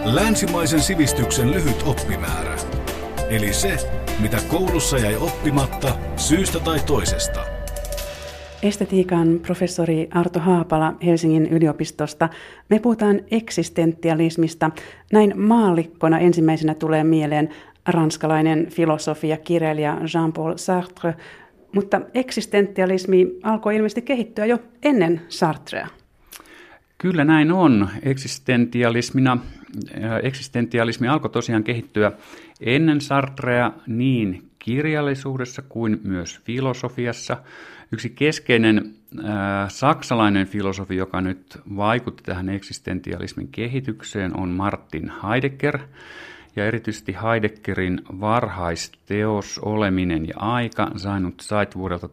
Länsimaisen sivistyksen lyhyt oppimäärä. Eli se, mitä koulussa jäi oppimatta syystä tai toisesta. Estetiikan professori Arto Haapala Helsingin yliopistosta. Me puhutaan eksistentialismista. Näin maallikkona ensimmäisenä tulee mieleen ranskalainen filosofi ja kirjailija Jean-Paul Sartre. Mutta eksistentialismi alkoi ilmeisesti kehittyä jo ennen Sartrea. Kyllä näin on. Eksistentialismi alkoi tosiaan kehittyä ennen Sartrea niin kirjallisuudessa kuin myös filosofiassa. Yksi keskeinen saksalainen filosofi, joka nyt vaikutti tähän eksistentialismin kehitykseen, on Martin Heidegger. Ja erityisesti Heideggerin varhaisteos Oleminen ja aika, Sein Zeit vuodelta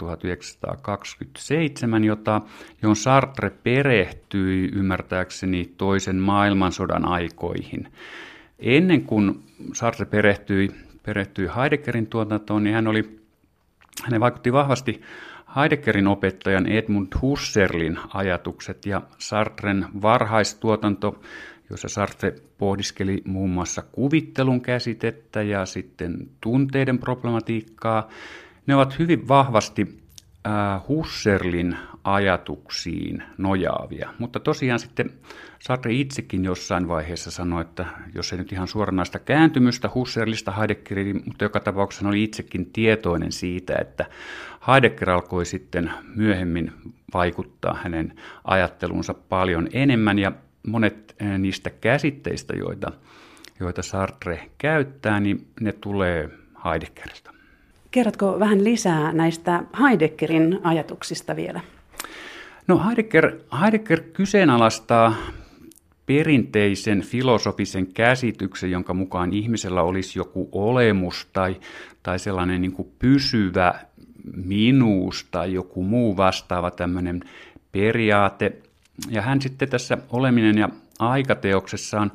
1927, johon Sartre perehtyi ymmärtääkseni toisen maailmansodan aikoihin. Ennen kuin Sartre perehtyi Heideggerin tuotantoon, niin hänen vaikutti vahvasti Heideggerin opettajan Edmund Husserlin ajatukset ja Sartren varhaistuotanto, jossa Sartre pohdiskeli muun muassa kuvittelun käsitettä ja sitten tunteiden problematiikkaa. Ne ovat hyvin vahvasti Husserlin ajatuksiin nojaavia, mutta tosiaan sitten Sartre itsekin jossain vaiheessa sanoi, että jos ei nyt ihan suoranaista kääntymystä Husserlista Heideggeriin, mutta joka tapauksessa hän oli itsekin tietoinen siitä, että Heidegger alkoi sitten myöhemmin vaikuttaa hänen ajattelunsa paljon enemmän ja monet niistä käsitteistä, joita Sartre käyttää, niin ne tulee Heideggeriltä. Kerrotko vähän lisää näistä Heideggerin ajatuksista vielä? No Heidegger kyseenalaistaa perinteisen filosofisen käsityksen, jonka mukaan ihmisellä olisi joku olemus tai sellainen niin kuin pysyvä minuus tai joku muu vastaava tämmöinen periaate. Ja hän sitten tässä Oleminen ja aikateoksessaan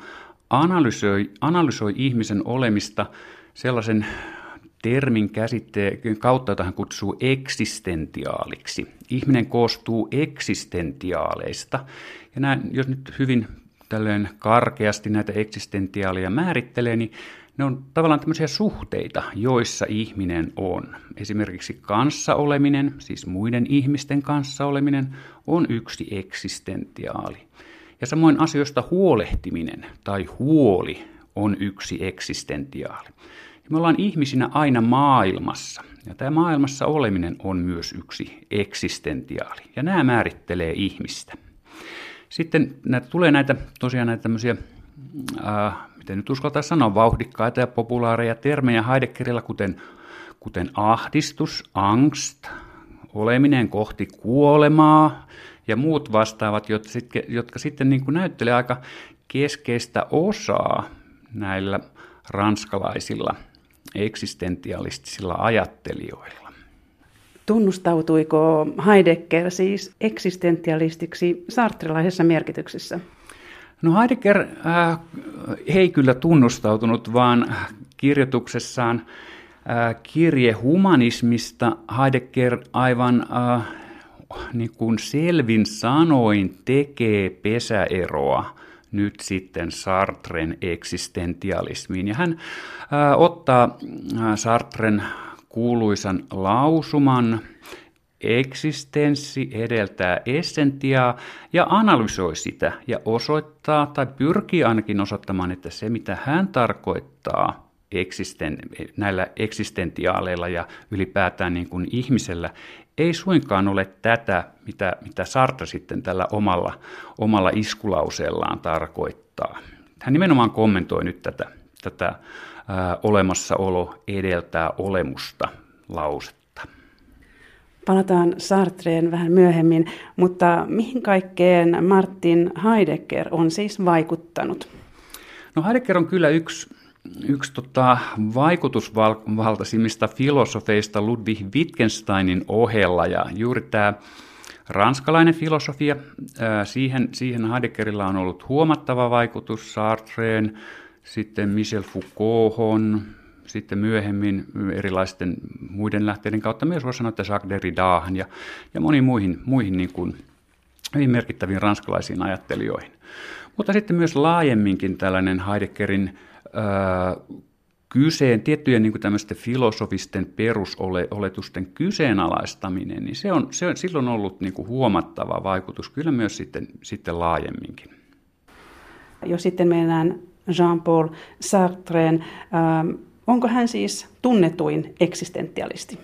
analysoi ihmisen olemista sellaisen termin käsitteen kautta, jota hän kutsuu eksistentiaaliksi. Ihminen koostuu eksistentiaaleista. Ja jos nyt hyvin tälleen karkeasti näitä eksistentiaaleja määrittelee, niin ne on tavallaan tämmöisiä suhteita, joissa ihminen on. Esimerkiksi kanssaoleminen, siis muiden ihmisten kanssaoleminen, on yksi eksistentiaali. Ja samoin asioista huolehtiminen tai huoli on yksi eksistentiaali. Ja me ollaan ihmisinä aina maailmassa, ja tämä maailmassa oleminen on myös yksi eksistentiaali, ja nämä määrittelee ihmistä. Sitten tulee näitä tämmöisiä, miten nyt uskaltaisi sanoa, vauhdikkaita ja populaareja termejä Heideggerillä, kuten ahdistus, angst, oleminen kohti kuolemaa ja muut vastaavat, jotka sitten niin kuin näyttelee aika keskeistä osaa näillä ranskalaisilla eksistentialistisilla ajattelijoilla. Tunnustautuiko Heidegger siis eksistentialistiksi sartrelaisessa merkityksessä? No Heidegger ei kyllä tunnustautunut, vaan kirjoituksessaan Kirje humanismista Heidegger aivan niin kuin selvin sanoin tekee pesäeroa nyt sitten Sartren eksistentialismiin. Ja hän ottaa Sartren kuuluisan lausuman eksistenssi edeltää essentiaa ja analysoi sitä ja osoittaa tai pyrkii ainakin osoittamaan, että se mitä hän tarkoittaa näillä eksistentiaaleilla ja ylipäätään niin kuin ihmisellä ei suinkaan ole tätä, mitä Sartre sitten tällä omalla iskulauseellaan tarkoittaa. Hän nimenomaan kommentoi nyt tätä olemassaolo edeltää olemusta lausetta. Palataan Sartreen vähän myöhemmin, mutta mihin kaikkeen Martin Heidegger on siis vaikuttanut? No Heidegger on kyllä yksi vaikutusvaltaisimmista filosofeista Ludwig Wittgensteinin ohella, ja juuri tämä ranskalainen filosofia, siihen Heideggerillä on ollut huomattava vaikutus, Sartreen, sitten Michel Foucaulthon, sitten myöhemmin erilaisten muiden lähteiden kautta myös voisi sanoa, että Jacques Derridahan ja moniin muihin niin kuin hyvin merkittäviin ranskalaisiin ajattelijoihin. Mutta sitten myös laajemminkin tällainen Heideggerin tiettyjen niin kuin tämmöisten filosofisten perusoletusten kyseenalaistaminen, niin se on silloin ollut niin kuin huomattava vaikutus kyllä myös sitten laajemminkin. Jos sitten mennään Jean-Paul Sartreen, onko hän siis tunnetuin eksistentialisti?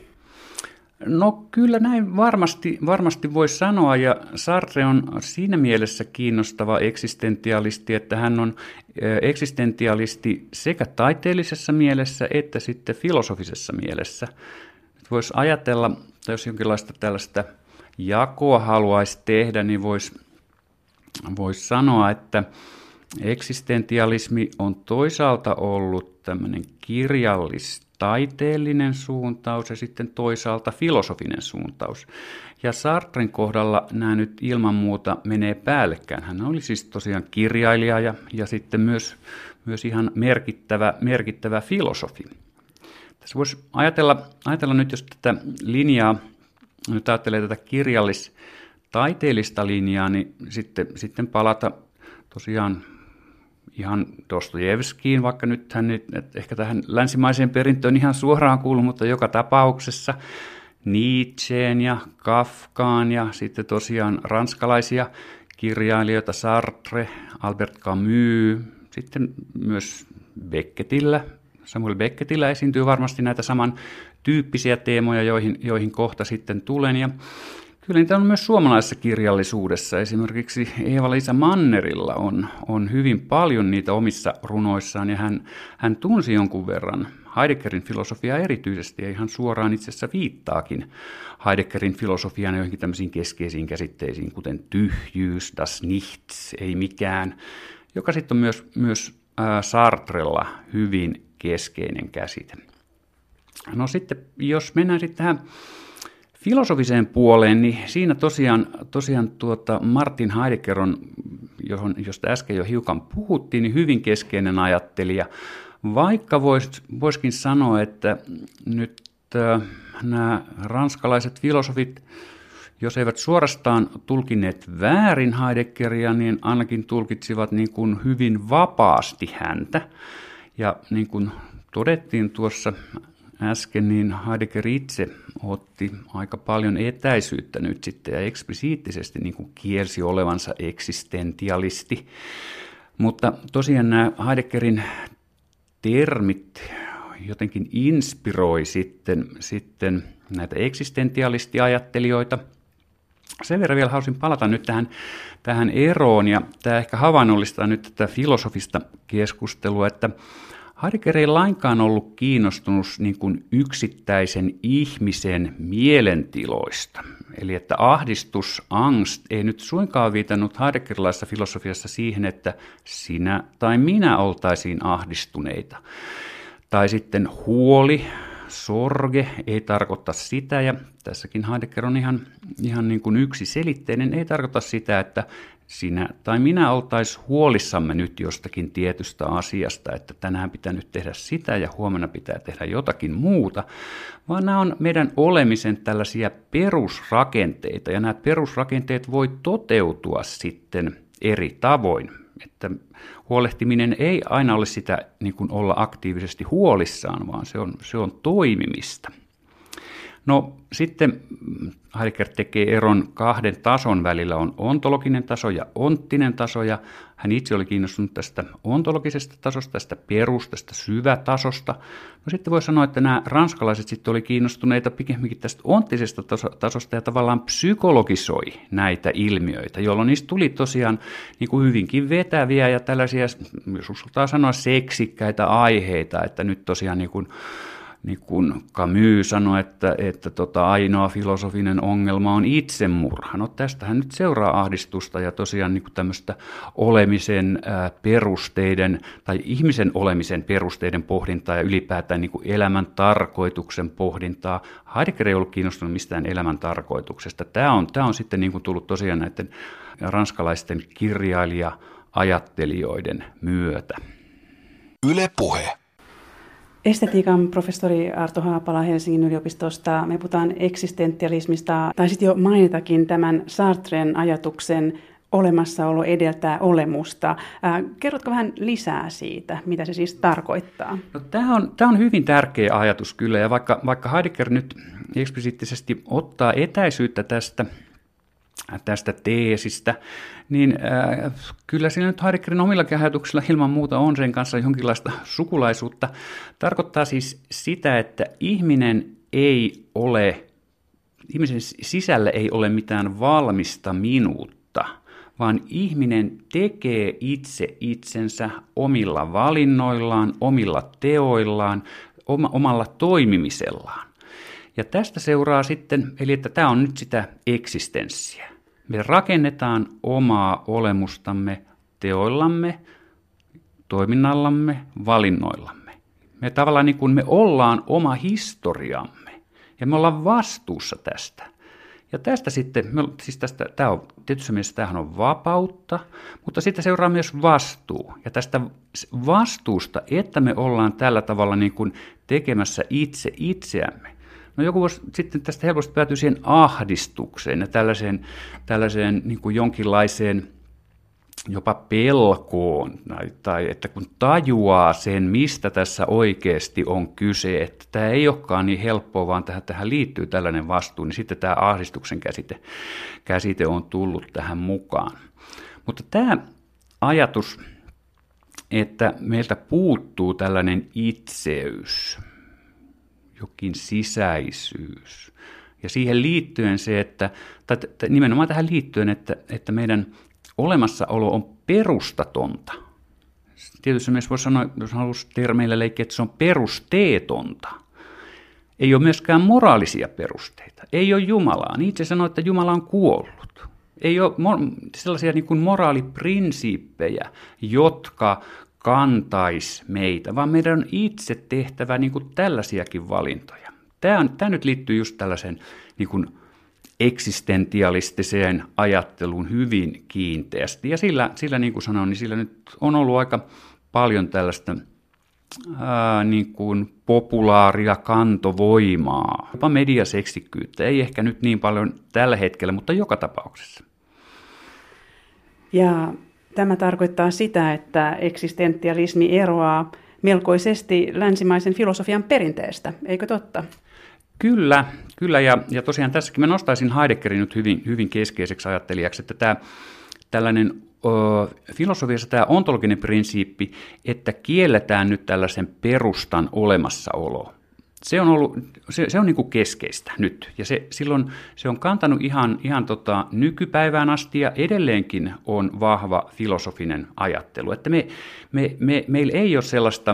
No kyllä näin varmasti voisi sanoa, ja Sartre on siinä mielessä kiinnostava eksistentialisti, että hän on eksistentialisti sekä taiteellisessa mielessä että sitten filosofisessa mielessä. Voisi ajatella, että jos jonkinlaista tällaista jakoa haluaisi tehdä, niin voisi sanoa, että eksistentialismi on toisaalta ollut tämmöinen kirjallis-taiteellinen suuntaus ja sitten toisaalta filosofinen suuntaus. Ja Sartren kohdalla nämä nyt ilman muuta menee päällekkäin. Hän oli siis tosiaan kirjailija ja sitten myös ihan merkittävä filosofi. Tässä voisi ajatella nyt, jos tätä linjaa, nyt ajattelee tätä kirjallis-taiteellista linjaa, niin sitten palata tosiaan ihan Dostojevskiin, vaikka nyt hän ehkä tähän länsimaiseen perintöön ihan suoraan kuulu, mutta joka tapauksessa Nietzscheen ja Kafkaan ja sitten tosiaan ranskalaisia kirjailijoita Sartre, Albert Camus, sitten myös Samuel Becketillä esiintyy varmasti näitä saman tyyppisiä teemoja, joihin kohta sitten tulen. Ja kyllä niitä on myös suomalaisessa kirjallisuudessa. Esimerkiksi Eeva-Liisa Mannerilla on hyvin paljon niitä omissa runoissaan, ja hän tunsi jonkun verran Heideggerin filosofiaa erityisesti, ja ihan suoraan itse asiassa viittaakin Heideggerin filosofiaan joihinkin tämmöisiin keskeisiin käsitteisiin, kuten tyhjyys, das Nichts, ei mikään, joka sitten on myös Sartrella hyvin keskeinen käsite. No sitten, jos mennään sitten tähän filosofiseen puoleen, niin siinä tosiaan Martin Heidegger on, josta äsken jo hiukan puhuttiin, niin hyvin keskeinen ajattelija. Vaikka voisikin sanoa, että nyt nämä ranskalaiset filosofit, jos eivät suorastaan tulkineet väärin Heideggeria, niin ainakin tulkitsivat niin kuin hyvin vapaasti häntä. Ja niin kuin todettiin tuossa äsken, niin Heidegger itse otti aika paljon etäisyyttä nyt sitten ja eksplisiittisesti niin kuin kielsi olevansa eksistentialisti. Mutta tosiaan nämä Heideggerin termit jotenkin inspiroi sitten näitä eksistentialistiajattelijoita. Sen verran vielä haluaisin palata nyt tähän eroon, ja tämä ehkä havainnollistaa nyt tätä filosofista keskustelua, että Heidegger ei lainkaan ollut kiinnostunut niin kuin yksittäisen ihmisen mielentiloista. Eli että ahdistus, angst ei nyt suinkaan viitannut heideggerilaisessa filosofiassa siihen, että sinä tai minä oltaisiin ahdistuneita. Tai sitten huoli, sorge ei tarkoita sitä, ja tässäkin Heidegger on ihan niin kuin yksiselitteinen, ei tarkoita sitä, että sinä tai minä oltaisiin huolissamme nyt jostakin tietystä asiasta, että tänään pitää nyt tehdä sitä ja huomenna pitää tehdä jotakin muuta, vaan nämä on meidän olemisen tällaisia perusrakenteita, ja nämä perusrakenteet voi toteutua sitten eri tavoin. Että huolehtiminen ei aina ole sitä niin kuin olla aktiivisesti huolissaan, vaan se on toimimista. No sitten Heidegger tekee eron kahden tason välillä, on ontologinen taso ja onttinen taso, ja hän itse oli kiinnostunut tästä ontologisesta tasosta, tästä tästä syvätasosta. No sitten voi sanoa, että nämä ranskalaiset sitten oli kiinnostuneita pikemminkin tästä onttisesta tasosta ja tavallaan psykologisoi näitä ilmiöitä, jolloin niistä tuli tosiaan niin kuin hyvinkin vetäviä ja tällaisia, jos uskaltaa sanoa, seksikkäitä aiheita, että nyt tosiaan niin kuin Camus sanoi, että ainoa filosofinen ongelma on itsemurha. No tästähän nyt seuraa ahdistusta ja tosiaan niin kuin tämmöistä olemisen perusteiden tai ihmisen olemisen perusteiden pohdintaa ja ylipäätään niin kuin elämän tarkoituksen pohdintaa. Heidegger ei ollut kiinnostunut mistään elämän tarkoituksesta. Tämä on sitten niin kuin tullut tosiaan näiden ranskalaisten kirjailija-ajattelijoiden myötä. Yle Puhe. Estetiikan professori Arto Haapala Helsingin yliopistosta. Me puhutaan eksistentialismista. Taisit jo mainitakin tämän Sartren ajatuksen olemassaolo edeltää olemusta. Kerrotko vähän lisää siitä, mitä se siis tarkoittaa? No, tämä on hyvin tärkeä ajatus kyllä, ja vaikka Heidegger nyt eksplisiittisesti ottaa etäisyyttä tästä teesistä, niin kyllä siinä nyt Heideggerin omillakin ajatuksilla ilman muuta on sen kanssa jonkinlaista sukulaisuutta. Tarkoittaa siis sitä, että ihmisen sisällä ei ole mitään valmista minuutta, vaan ihminen tekee itse itsensä omilla valinnoillaan, omilla teoillaan, omalla toimimisellaan. Ja tästä seuraa sitten, eli että tämä on nyt sitä eksistenssiä. Me rakennetaan omaa olemustamme teoillamme, toiminnallamme, valinnoillamme. Me tavallaan niin kuin me ollaan oma historiamme ja me ollaan vastuussa tästä. Ja tästä sitten, tämä on, tietysti mielessä tämähän on vapautta, mutta sitten seuraa myös vastuu. Ja tästä vastuusta, että me ollaan tällä tavalla niin kuin tekemässä itse itseämme. No joku voisi sitten tästä helposti päätyä siihen ahdistukseen ja tällaiseen niin kuin jonkinlaiseen jopa pelkoon, tai että kun tajuaa sen, mistä tässä oikeasti on kyse, että tämä ei olekaan niin helppoa, vaan tähän liittyy tällainen vastuu, niin sitten tämä ahdistuksen käsite on tullut tähän mukaan. Mutta tämä ajatus, että meiltä puuttuu tällainen itseys, jokin sisäisyys, ja siihen liittyen se, tai nimenomaan tähän liittyen, että meidän olemassaolo on perustatonta. Tietysti myös voisi sanoa, jos haluaisi termeillä leikkiä, että se on perusteetonta. Ei ole myöskään moraalisia perusteita. Ei ole Jumalaa. Nietzsche sanoi, että Jumala on kuollut. Ei ole sellaisia niin kuin moraaliprinsiippejä, jotka kantaisi meitä, vaan meidän on itse tehtävä niin kuin tällaisiakin valintoja. Tämä nyt liittyy just tällaiseen niin kuin eksistentialistiseen ajatteluun hyvin kiinteästi. Ja sillä niin kuin sanoin, niin sillä nyt on ollut aika paljon tällaista niin kuin populaaria kantovoimaa. Jopa mediaseksikkyyttä. Ei ehkä nyt niin paljon tällä hetkellä, mutta joka tapauksessa. Ja tämä tarkoittaa sitä, että eksistentialismi eroaa melkoisesti länsimaisen filosofian perinteestä, eikö totta? Kyllä ja tosiaan tässäkin mä nostaisin Heideggerin nyt hyvin keskeiseksi ajattelijaksi, että tällainen filosofiassa tämä ontologinen prinsiippi, että kielletään nyt tällaisen perustan olemassaolo. Se on niin kuin keskeistä nyt, ja se on kantanut ihan nykypäivään asti, ja edelleenkin on vahva filosofinen ajattelu, että meillä ei ole sellaista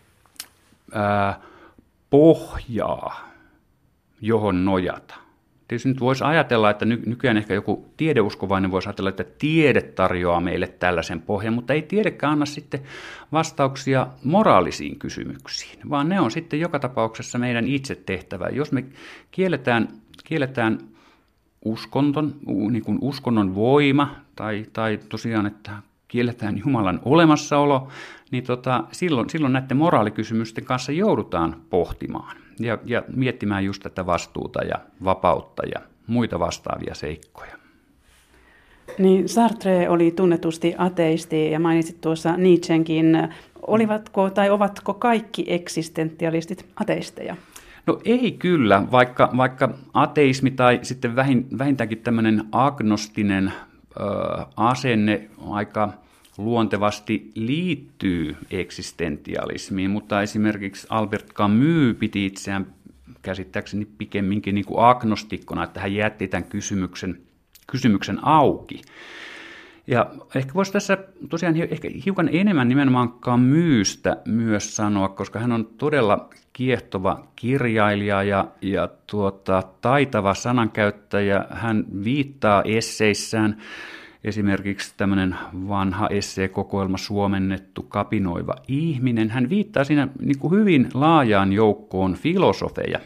pohjaa, johon nojata. Tietysti nyt voisi ajatella, että nykyään ehkä joku tiedeuskovainen voisi ajatella, että tiede tarjoaa meille tällaisen pohjan, mutta ei tiedekään anna sitten vastauksia moraalisiin kysymyksiin, vaan ne on sitten joka tapauksessa meidän itse tehtävä. Jos me kielletään niin kuin uskonnon voima tai tosiaan, että kielletään Jumalan olemassaolo, niin silloin näiden moraalikysymysten kanssa joudutaan pohtimaan ja miettimään just tätä vastuuta ja vapautta ja muita vastaavia seikkoja. Niin Sartre oli tunnetusti ateisti ja mainitsit tuossa Nietzschenkin. Olivatko tai ovatko kaikki eksistentialistit ateisteja? No ei kyllä, vaikka ateismi tai sitten vähintäänkin tämmöinen agnostinen asenne aika luontevasti liittyy eksistentialismiin, mutta esimerkiksi Albert Camus piti itseään käsittääkseni pikemminkin niin kuin agnostikkona, että hän jätti tämän kysymyksen auki. Ja ehkä voisi tässä tosiaan ehkä hiukan enemmän nimenomaan Camusta myös sanoa, koska hän on todella kiehtova kirjailija ja taitava sanankäyttäjä. Hän viittaa esseissään esimerkiksi tämmöinen vanha esseekokoelma Suomennettu kapinoiva ihminen. Hän viittaa siinä niin kuin hyvin laajaan joukkoon filosofeja.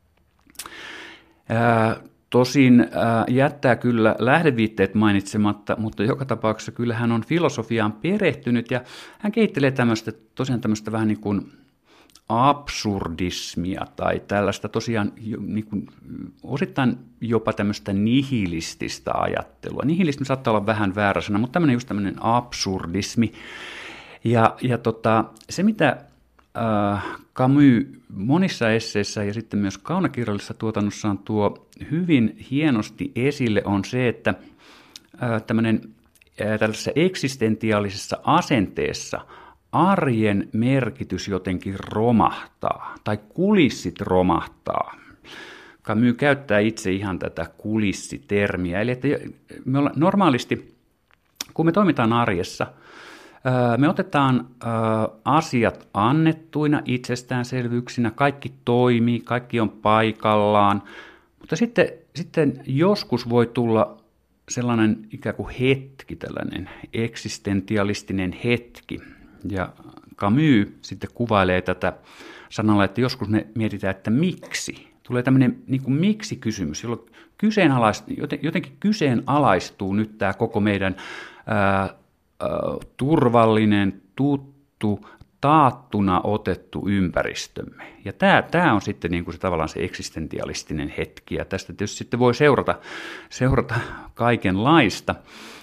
Tosin jättää kyllä lähdeviitteet mainitsematta, mutta joka tapauksessa kyllä hän on filosofiaan perehtynyt ja hän kehittelee tosiaan tämmöistä vähän niin kuin absurdismia tai tällaista tosiaan niin kuin, osittain jopa tämmöistä nihilististä ajattelua. Nihilismi saattaa olla vähän väärä sana, mutta tämmöinen absurdismi. Ja se, mitä Camus monissa esseissä ja sitten myös kaunokirjallisessa tuotannossaan tuo hyvin hienosti esille, on se, että tällaisessa eksistentiaalisessa asenteessa arjen merkitys jotenkin romahtaa, tai kulissit romahtaa. Camus käyttää itse ihan tätä kulissitermiä. Eli että normaalisti, kun me toimitaan arjessa, me otetaan asiat annettuina itsestäänselvyyksinä, kaikki toimii, kaikki on paikallaan, mutta sitten joskus voi tulla sellainen ikään kuin hetki, tällainen eksistentialistinen hetki. Ja Camus sitten kuvailee tätä sanalla, että joskus me mietitään, että miksi. Tulee tämmöinen niin kuin miksi-kysymys, jolloin jotenkin kyseenalaistuu nyt tämä koko meidän turvallinen, tuttu, taattuna otettu ympäristömme. Ja tämä on sitten niin kuin se, tavallaan se eksistentialistinen hetki, ja tästä tietysti sitten voi seurata kaikenlaista.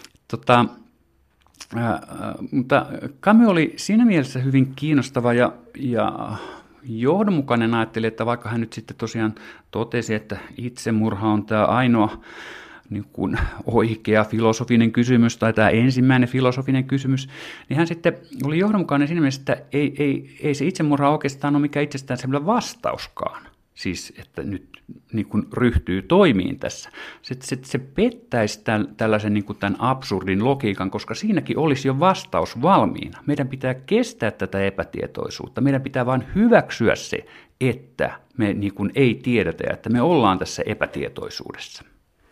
Mutta Camus oli siinä mielessä hyvin kiinnostava ja johdonmukainen ajattelija, että vaikka hän nyt sitten tosiaan totesi, että itsemurha on tämä ainoa niin kuin oikea filosofinen kysymys tai tämä ensimmäinen filosofinen kysymys, niin hän sitten oli johdonmukainen siinä mielessä, että ei se itsemurha oikeastaan ole mikään itsestäänselvä vastauskaan. Siis, että nyt niin kuin ryhtyy toimiin tässä. Se pettäisi tällaisen niin kuin tämän absurdin logiikan, koska siinäkin olisi jo vastaus valmiina. Meidän pitää kestää tätä epätietoisuutta. Meidän pitää vain hyväksyä se, että me niin kuin ei tiedetä ja että me ollaan tässä epätietoisuudessa.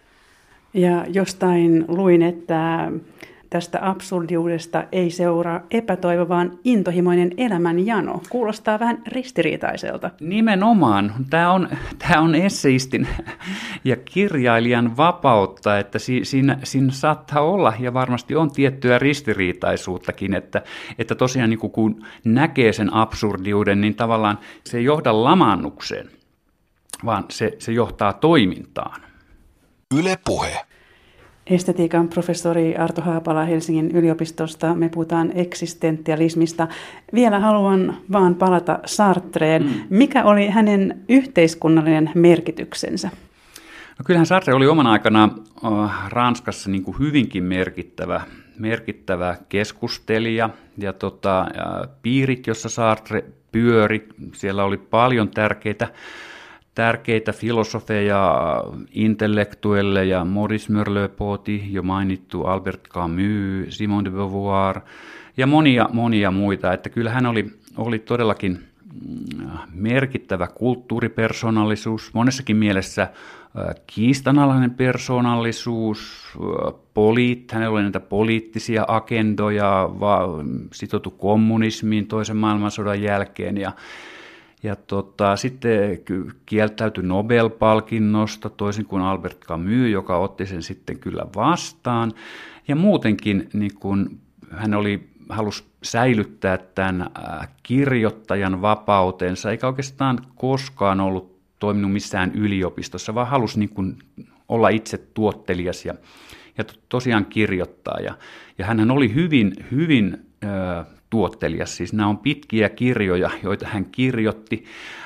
Ja jostain luin, että tästä absurdiudesta ei seuraa epätoivo, vaan intohimoinen elämänjano. Kuulostaa vähän ristiriitaiselta. Nimenomaan. Tämä on esseistin ja kirjailijan vapautta, että siinä saattaa olla ja varmasti on tiettyä ristiriitaisuuttakin, että tosiaan niin kun näkee sen absurdiuden, niin tavallaan se ei johda lamaannukseen, vaan se johtaa toimintaan. Yle Puhe. Estetiikan professori Arto Haapala Helsingin yliopistosta. Me puhutaan eksistentialismista. Vielä haluan vaan palata Sartreen. Mikä oli hänen yhteiskunnallinen merkityksensä? No kyllähän Sartre oli oman aikana Ranskassa niin kuin hyvinkin merkittävä keskustelija. Ja piirit, jossa Sartre pyöri, siellä oli paljon tärkeitä filosofeja, intellektuelleja, Maurice Merleau-Ponty, jo mainittu Albert Camus, Simone de Beauvoir ja monia muita. Että kyllä hän oli todellakin merkittävä kulttuuripersonallisuus, monessakin mielessä kiistanalainen persoonallisuus, hänellä oli näitä poliittisia agendoja, sitoutu kommunismiin toisen maailmansodan jälkeen ja sitten kieltäytyi Nobel-palkinnosta, toisin kuin Albert Camus, joka otti sen sitten kyllä vastaan. Ja muutenkin niin kun hän halusi säilyttää tämän kirjoittajan vapautensa, eikä oikeastaan koskaan ollut toiminut missään yliopistossa, vaan halusi niin kun olla itse tuottelias ja tosiaan kirjoittaa. Ja hänhän oli hyvin tuottelias, siis nämä on pitkiä kirjoja, joita hän kirjoitti.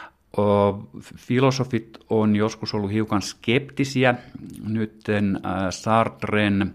Filosofit on joskus ollut hiukan skeptisiä nytten Sartren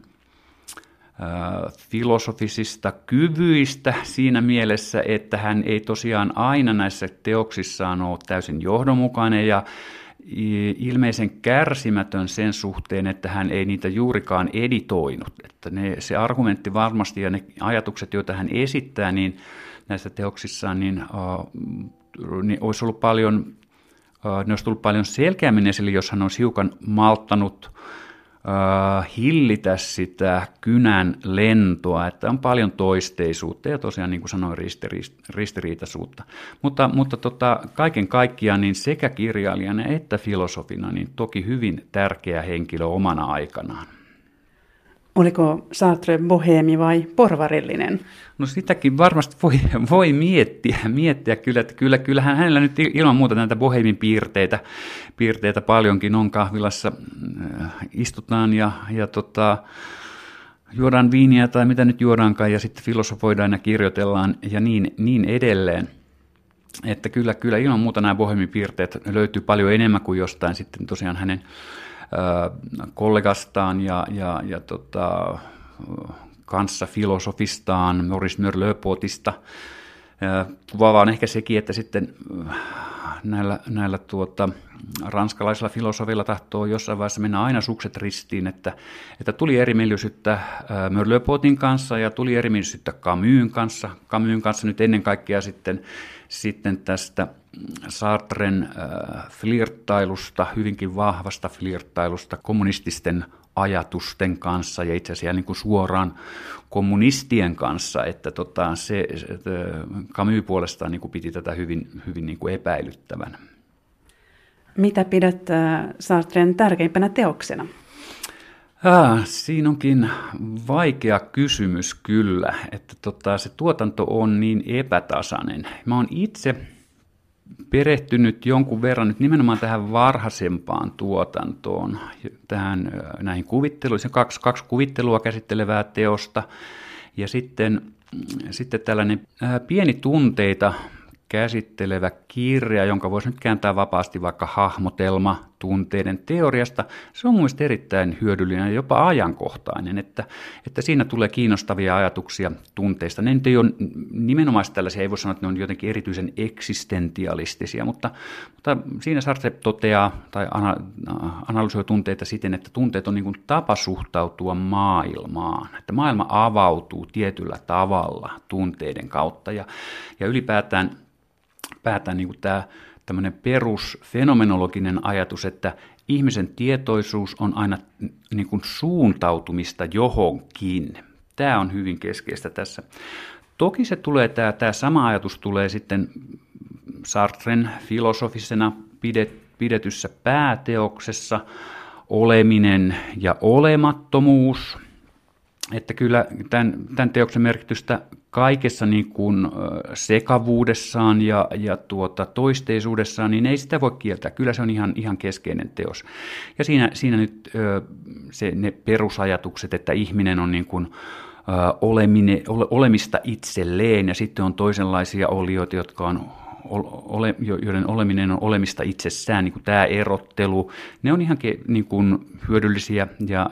filosofisista kyvyistä siinä mielessä, että hän ei tosiaan aina näissä teoksissaan ole täysin johdonmukainen ja ilmeisen kärsimätön sen suhteen, että hän ei niitä juurikaan editoinut. Että se argumentti varmasti ja ne ajatukset, joita hän esittää niin näissä teoksissaan, niin olisi ollut ne olisi tullut paljon selkeämmin esille, jos hän olisi hiukan malttanut hillitä sitä kynän lentoa, että on paljon toisteisuutta ja tosiaan niin kuin sanoin ristiriitaisuutta. Mutta kaiken kaikkiaan niin sekä kirjailijana että filosofina niin toki hyvin tärkeä henkilö omana aikanaan. Oliko Sartre boheemi vai porvarillinen? No sitäkin varmasti voi miettiä kyllä, että kyllähän hänellä nyt ilman muuta näitä boheemin piirteitä paljonkin on. Kahvilassa istutaan ja juodaan viiniä tai mitä nyt juodaankaan ja sitten filosofoidaan ja kirjoitellaan ja niin edelleen. Että kyllä ilman muuta nämä boheemin piirteet löytyy paljon enemmän kuin jostain sitten tosiaan hänen kollegastaan ja kanssa filosofistaan, Maurice Merleau-Pontysta. Kuvaavaa on ehkä sekin, että sitten näillä ranskalaisilla filosofilla tahtoo jossain vaiheessa mennä aina sukset ristiin, että tuli erimielisyyttä Merleau-Pontyn kanssa ja tuli erimielisyyttä Camusin kanssa. Camusin kanssa nyt ennen kaikkea sitten tästä Sartren flirttailusta, hyvinkin vahvasta flirttailusta kommunististen ajatusten kanssa ja itse asiassa niin kuin suoraan kommunistien kanssa, että Camus puolestaan niin kuin piti tätä hyvin niin kuin epäilyttävänä. Mitä pidät Sartren tärkeimpänä teoksena? Siinä onkin vaikea kysymys kyllä, että se tuotanto on niin epätasainen. Mä oon itse perehtynyt jonkun verran nyt nimenomaan tähän varhaisempaan tuotantoon, näihin kuvitteluihin, kaksi kuvittelua käsittelevää teosta ja sitten tällainen pieni tunteita käsittelevä kirja, jonka voisi nyt kääntää vapaasti vaikka hahmotelma tunteiden teoriasta. Se on mun mielestä erittäin hyödyllinen ja jopa ajankohtainen, että siinä tulee kiinnostavia ajatuksia tunteista. Ne nyt ei ole nimenomaan tällaisia, ei voi sanoa, että ne on jotenkin erityisen eksistentialistisia, mutta siinä Sartre toteaa tai analysoi tunteita siten, että tunteet on niin kuin tapa suhtautua maailmaan, että maailma avautuu tietyllä tavalla tunteiden kautta ja ylipäätään niin kuin tämä tämmöinen perusfenomenologinen ajatus, että ihmisen tietoisuus on aina niin kuin suuntautumista johonkin. Tämä on hyvin keskeistä tässä. Toki se tulee, tämä sama ajatus tulee sitten Sartren filosofisena pidetyssä pääteoksessa oleminen ja olemattomuus. Että kyllä tämän teoksen merkitystä kaikessa niin kuin sekavuudessaan ja toisteisuudessaan, niin ei sitä voi kieltää. Kyllä se on ihan keskeinen teos. Ja siinä nyt ne perusajatukset, että ihminen on niin kuin olemista itselleen ja sitten on toisenlaisia olioita, joiden oleminen on olemista itsessään, niin kuin tämä erottelu, ne on ihan niin kuin hyödyllisiä ja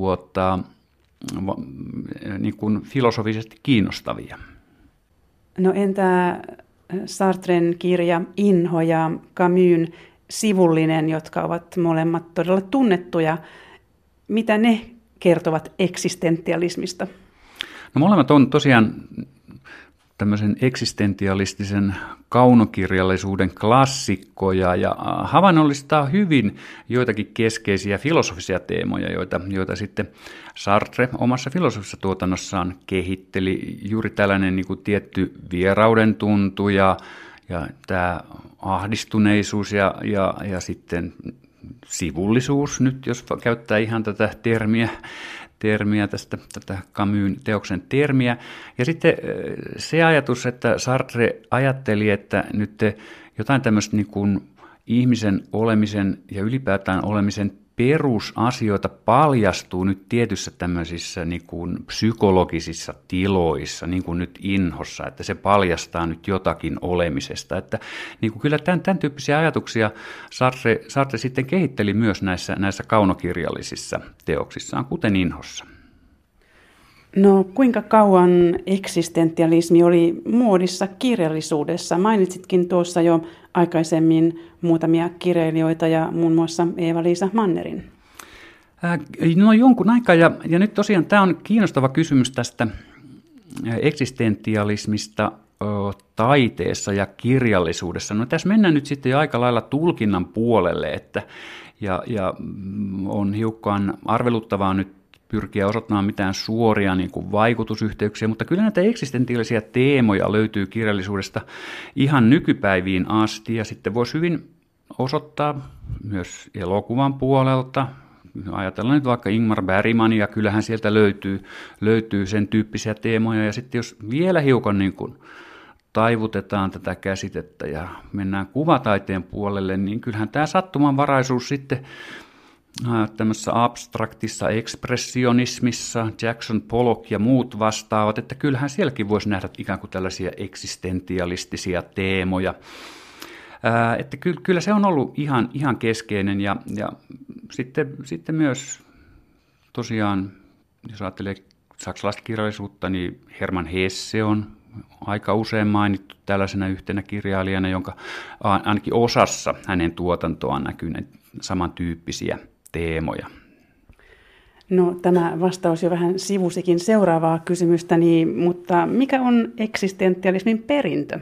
niin kuin filosofisesti kiinnostavia. No entä Sartren kirja Inho ja Camusin Sivullinen, jotka ovat molemmat todella tunnettuja. Mitä ne kertovat eksistentialismista? No molemmat on tosiaan tämmöisen eksistentialistisen kaunokirjallisuuden klassikkoja ja havainnollistaa hyvin joitakin keskeisiä filosofisia teemoja, joita sitten Sartre omassa filosofisessa tuotannossaan kehitteli. Juuri tällainen niin kuin tietty vierauden tuntu ja tämä ahdistuneisuus ja sitten sivullisuus, nyt jos käyttää ihan tätä termiä tätä Camusin teoksen termiä. Ja sitten se ajatus, että Sartre ajatteli, että nyt jotain tämmöistä niin kuin ihmisen olemisen ja ylipäätään olemisen perusasioita paljastuu nyt tietyissä tämmöisissä niin kuin psykologisissa tiloissa, niin kuin nyt Inhossa, että se paljastaa nyt jotakin olemisesta. Että niin kuin kyllä tämän tyyppisiä ajatuksia Sartre sitten kehitteli myös näissä kaunokirjallisissa teoksissaan, kuten Inhossa. No kuinka kauan eksistentialismi oli muodissa kirjallisuudessa? Mainitsitkin tuossa jo aikaisemmin muutamia kirjailijoita ja muun muassa Eeva-Liisa Mannerin. No jonkun aikaa ja nyt tosiaan tämä on kiinnostava kysymys tästä eksistentialismista taiteessa ja kirjallisuudessa. No tässä mennään nyt sitten jo aika lailla tulkinnan puolelle, että ja on hiukan arveluttavaa nyt pyrkiä osoittamaan mitään suoria niin kuin vaikutusyhteyksiä, mutta kyllä näitä eksistentiaalisia teemoja löytyy kirjallisuudesta ihan nykypäiviin asti, ja sitten voisi hyvin osoittaa myös elokuvan puolelta, ajatellaan nyt vaikka Ingmar Bergmania, kyllähän sieltä löytyy sen tyyppisiä teemoja. Ja sitten jos vielä hiukan niin kuin taivutetaan tätä käsitettä ja mennään kuvataiteen puolelle, niin kyllähän tämä sattumanvaraisuus sitten tämmöisessä abstraktissa ekspressionismissa, Jackson Pollock ja muut vastaavat, että kyllähän sielläkin voisi nähdä ikään kuin tällaisia eksistentialistisia teemoja. Että kyllä se on ollut ihan keskeinen ja sitten myös tosiaan, jos ajattelee saksalaista kirjallisuutta, niin Hermann Hesse on aika usein mainittu tällaisena yhtenä kirjailijana, jonka ainakin osassa hänen tuotantoaan näkyy samantyyppisiä teemoja. No, tämä vastaus jo vähän sivusikin seuraavaa kysymystäni, mutta mikä on eksistentialismin perintö?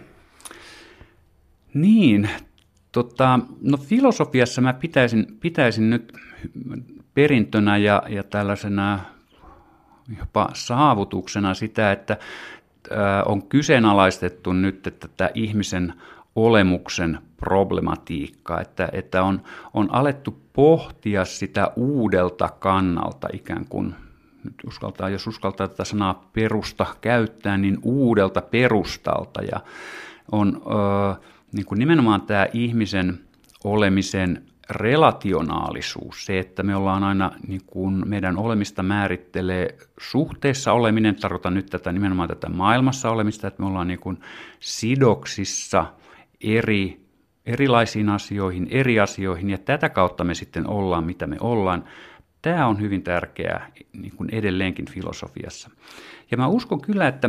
Niin, no filosofiassa mä pitäisin nyt perintönä ja tällaisena jopa saavutuksena sitä, että on kyseenalaistettu nyt, että tämä ihmisen olemuksen problematiikka, että on alettu pohtia sitä uudelta kannalta ikään kuin, nyt jos uskaltaa tätä sanaa perusta käyttää, niin uudelta perustalta ja on niin kuin nimenomaan tämä ihmisen olemisen relationaalisuus, se, että me ollaan aina, niin kuin meidän olemista määrittelee suhteessa oleminen, tarkoitan nyt nimenomaan tätä maailmassa olemista, että me ollaan niin kuin sidoksissa erilaisiin asioihin, eri asioihin, ja tätä kautta me sitten ollaan, mitä me ollaan. Tämä on hyvin tärkeää niin kuin edelleenkin filosofiassa. Ja mä uskon kyllä, että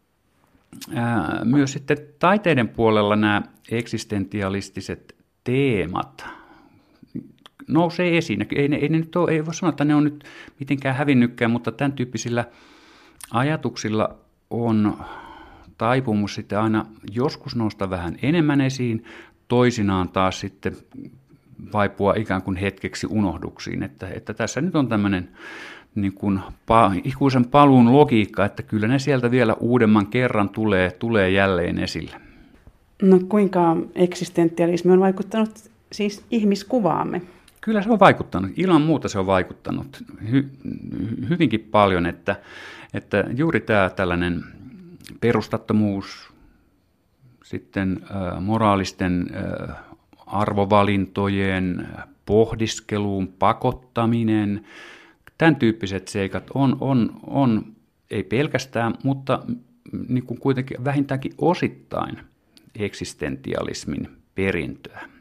myös sitten taiteiden puolella nämä eksistentialistiset teemat nousee esiin. Ei voi sanoa, että ne on nyt mitenkään hävinnytkään, mutta tämän tyyppisillä ajatuksilla on taipumus sitten aina joskus nousta vähän enemmän esiin, toisinaan taas sitten vaipua ikään kuin hetkeksi unohduksiin. Että tässä nyt on tämmöinen niin kuin ikuisen paluun logiikka, että kyllä ne sieltä vielä uudemman kerran tulee jälleen esille. No kuinka eksistentialismi on vaikuttanut siis ihmiskuvaamme? Kyllä se on vaikuttanut, ilman muuta se on vaikuttanut hyvinkin paljon, että juuri tämä tällainen perustattomuus, sitten moraalisten arvovalintojen pohdiskeluun pakottaminen, tämän tyyppiset seikat on ei pelkästään, mutta niin kuin kuitenkin vähintäänkin osittain eksistentialismin perintöä.